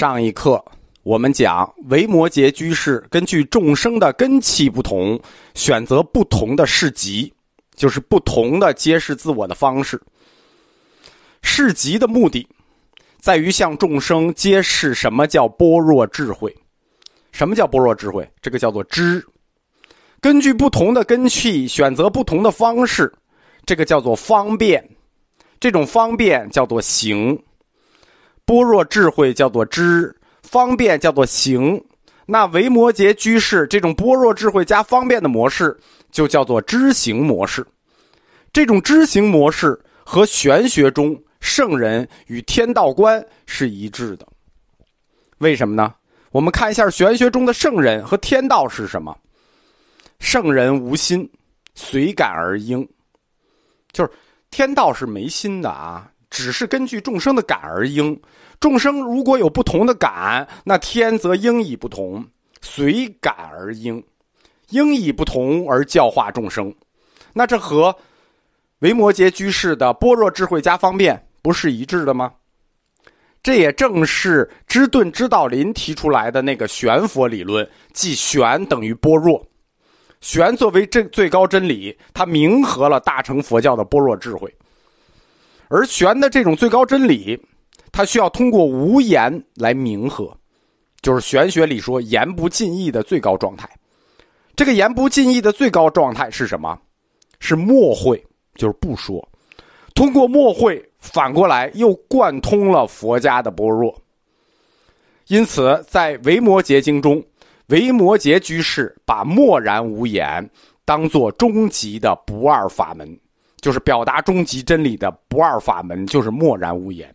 上一课我们讲维摩诘居士根据众生的根器不同，选择不同的示集，就是不同的揭示自我的方式。示集的目的在于向众生揭示什么叫般若智慧。什么叫般若智慧？这个叫做知。根据不同的根器选择不同的方式，这个叫做方便。这种方便叫做行。般若智慧叫做知，方便叫做行。那维摩诘居士这种般若智慧加方便的模式就叫做知行模式。这种知行模式和玄学中圣人与天道观是一致的。为什么呢？我们看一下玄学中的圣人和天道是什么。圣人无心，随感而应。就是天道是没心的啊，只是根据众生的感而应。众生如果有不同的感，那天则应以不同，随感而应，应以不同而教化众生。那这和维摩诘居士的般若智慧加方便不是一致的吗？这也正是知顿知道林提出来的那个玄佛理论，即玄等于般若。玄作为最高真理，它冥合了大乘佛教的般若智慧。而玄的这种最高真理，它需要通过无言来冥合，就是玄学里说言不尽意的最高状态。这个言不尽意的最高状态是什么？是默会，就是不说。通过默会，反过来又贯通了佛家的般若。因此在维摩诘经中，维摩诘居士把默然无言当作终极的不二法门，就是表达终极真理的不二法门，就是默然无言。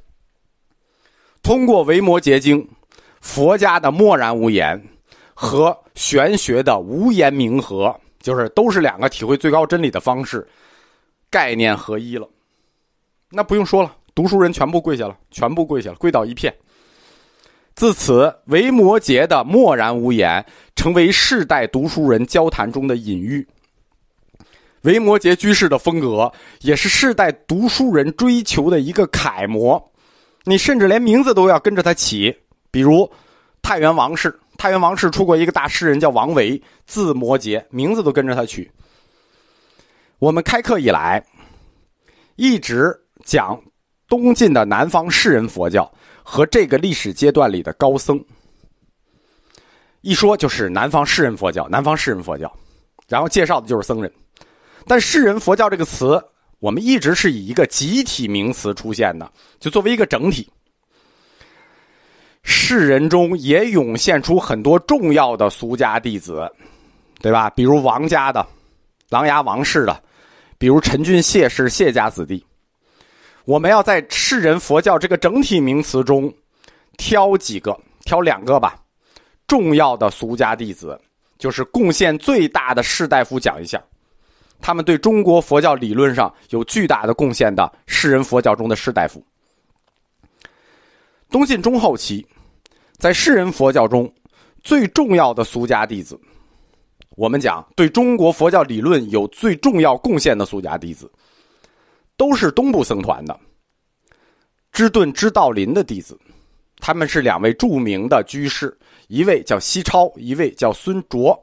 通过维摩诘经，佛家的默然无言和玄学的无言冥合，就是都是两个体会最高真理的方式，概念合一了。那不用说了，读书人全部跪下了，跪倒一片。自此，维摩诘的默然无言成为世代读书人交谈中的隐喻。维摩诘居士的风格也是世代读书人追求的一个楷模，你甚至连名字都要跟着他起。比如太原王氏出过一个大诗人叫王维，字摩诘，名字都跟着他取。我们开课以来一直讲东晋的南方士人佛教和这个历史阶段里的高僧，一说就是南方士人佛教，然后介绍的就是僧人。但士人佛教这个词，我们一直是以一个集体名词出现的，就作为一个整体。士人中也涌现出很多重要的俗家弟子，对吧？比如王家的、琅琊王氏的，比如陈俊谢氏谢家子弟。我们要在士人佛教这个整体名词中挑两个吧，重要的俗家弟子，就是贡献最大的士大夫讲一下，他们对中国佛教理论上有巨大的贡献的士人佛教中的士大夫。东晋中后期，在士人佛教中最重要的俗家弟子，我们讲对中国佛教理论有最重要贡献的俗家弟子，都是东部僧团的知顿知道林的弟子。他们是两位著名的居士，一位叫西超，一位叫孙绰。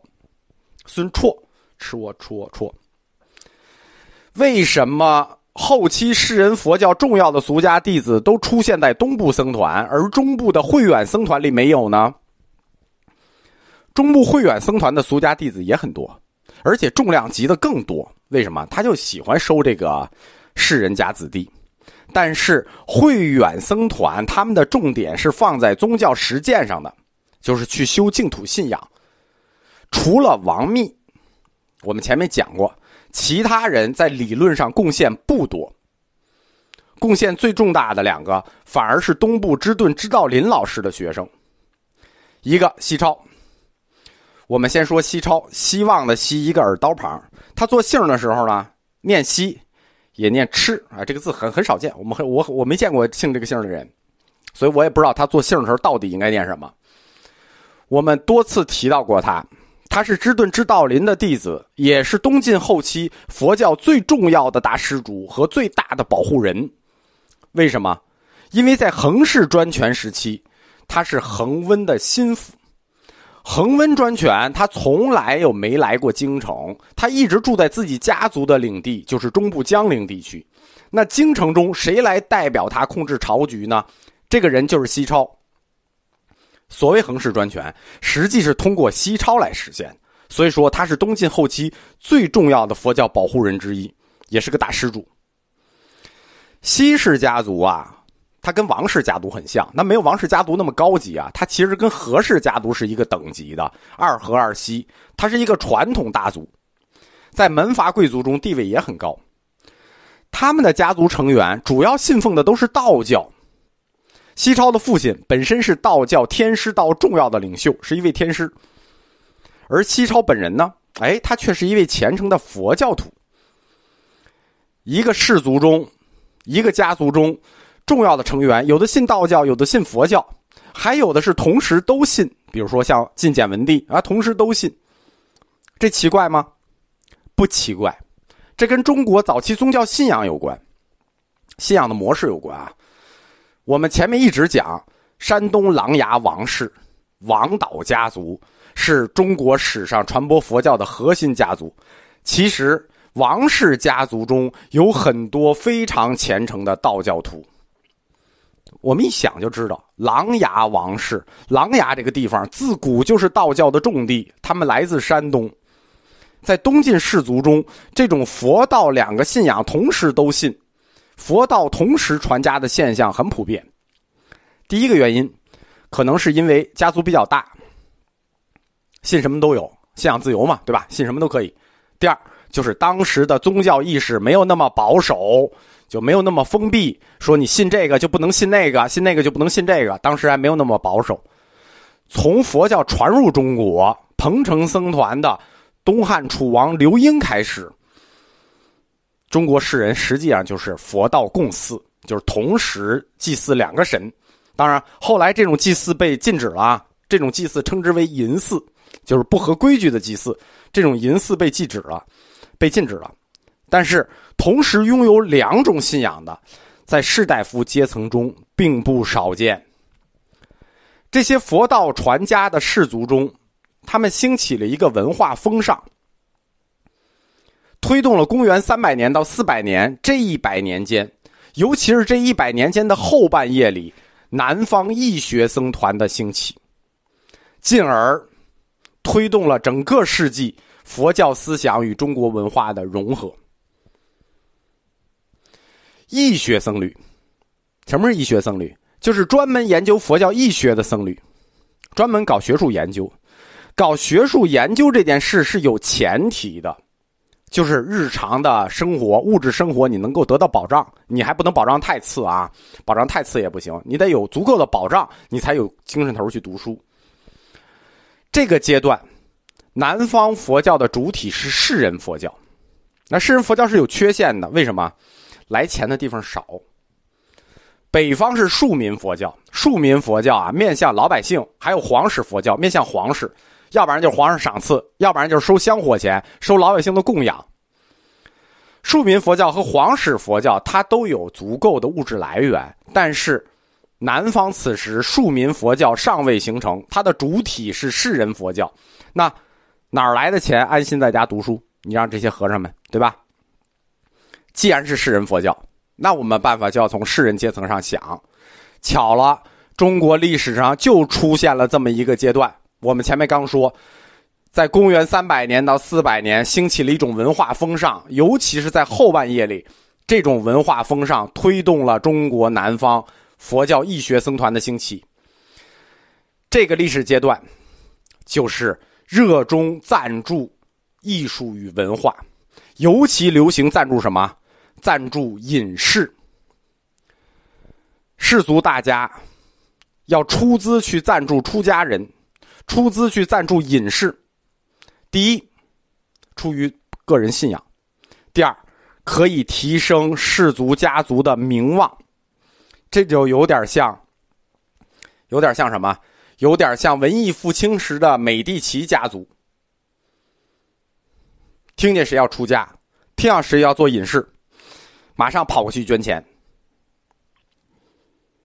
为什么后期士人佛教重要的俗家弟子都出现在东部僧团，而中部的慧远僧团里没有呢？中部慧远僧团的俗家弟子也很多，而且重量级的更多。为什么？他就喜欢收这个士人家子弟。但是慧远僧团他们的重点是放在宗教实践上的，就是去修净土信仰。除了王密，我们前面讲过，其他人在理论上贡献不多。贡献最重大的两个反而是东部知顿知道林老师的学生。一个西超，我们先说西超，希望的希，一个耳刀旁。他做姓的时候呢，念西也念吃啊，这个字很少见，我没见过姓这个姓的人，所以我也不知道他做姓的时候到底应该念什么。我们多次提到过他是知顿知道林的弟子，也是东晋后期佛教最重要的大施主和最大的保护人。为什么？因为在衡氏专权时期， 他是恒温的心腹。恒温专权，他从来又没来过京城，他一直住在自己家族的领地，就是中部江陵地区。那京城中谁来代表他控制朝局呢？这个人就是西超。所谓恒氏专权，实际是通过西超来实现，所以说他是东晋后期最重要的佛教保护人之一，也是个大施主。西氏家族啊，它跟王氏家族很像，那没有王氏家族那么高级啊，它其实跟何氏家族是一个等级的，二何二西，它是一个传统大族，在门阀贵族中地位也很高。他们的家族成员主要信奉的都是道教。西超的父亲本身是道教天师道重要的领袖，是一位天师。而西超本人呢，他却是一位虔诚的佛教徒。一个氏族中，一个家族中重要的成员，有的信道教，有的信佛教，还有的是同时都信，比如说像晋简文帝啊，同时都信。这奇怪吗？不奇怪，这跟中国早期宗教信仰有关，信仰的模式有关啊。我们前面一直讲，山东琅琊王氏王导家族是中国史上传播佛教的核心家族。其实王氏家族中有很多非常虔诚的道教徒。我们一想就知道，琅琊王氏，琅琊这个地方自古就是道教的重地，他们来自山东。在东晋氏族中，这种佛道两个信仰同时都信，佛道同时传家的现象很普遍。第一个原因可能是因为家族比较大，信什么都有，信仰自由嘛，对吧？信什么都可以。第二就是当时的宗教意识没有那么保守，就没有那么封闭，说你信这个就不能信那个，信那个就不能信这个，当时还没有那么保守。从佛教传入中国，彭城僧团的东汉楚王刘英开始，中国士人实际上就是佛道共祀，就是同时祭祀两个神。当然后来这种祭祀被禁止了，这种祭祀称之为淫祀，就是不合规矩的祭祀，这种淫祀被禁止了。但是同时拥有两种信仰的，在士大夫阶层中并不少见。这些佛道传家的士族中，他们兴起了一个文化风尚，推动了公元300年到400年这100年间，尤其是这100年间的后半叶里，南方义学僧团的兴起，进而推动了整个世纪佛教思想与中国文化的融合。义学僧侣，什么是义学僧侣？就是专门研究佛教义学的僧侣，专门搞学术研究。搞学术研究这件事是有前提的，就是日常的生活，物质生活你能够得到保障，你还不能保障太次啊，保障太次也不行，你得有足够的保障，你才有精神头去读书。这个阶段，南方佛教的主体是士人佛教。那士人佛教是有缺陷的，为什么？来钱的地方少。北方是庶民佛教，庶民佛教啊，面向老百姓，还有皇室佛教，面向皇室，要不然就是皇上赏赐，要不然就是收香火钱，收老百姓的供养。庶民佛教和皇室佛教它都有足够的物质来源，但是南方此时庶民佛教尚未形成，它的主体是士人佛教。那哪儿来的钱安心在家读书？你让这些和尚们，对吧？既然是士人佛教，那我们办法就要从士人阶层上想。巧了，中国历史上就出现了这么一个阶段。我们前面刚说，在公元300年到400年兴起了一种文化风尚，尤其是在后半叶里，这种文化风尚推动了中国南方佛教义学僧团的兴起。这个历史阶段就是热衷赞助艺术与文化，尤其流行赞助什么？赞助隐士。士族大家要出资去赞助出家人，出资去赞助隐士。第一，出于个人信仰；第二，可以提升士族家族的名望。这就有点像什么？有点像文艺复兴时的美第奇家族。听见谁要出家，听到谁要做隐士，马上跑过去捐钱。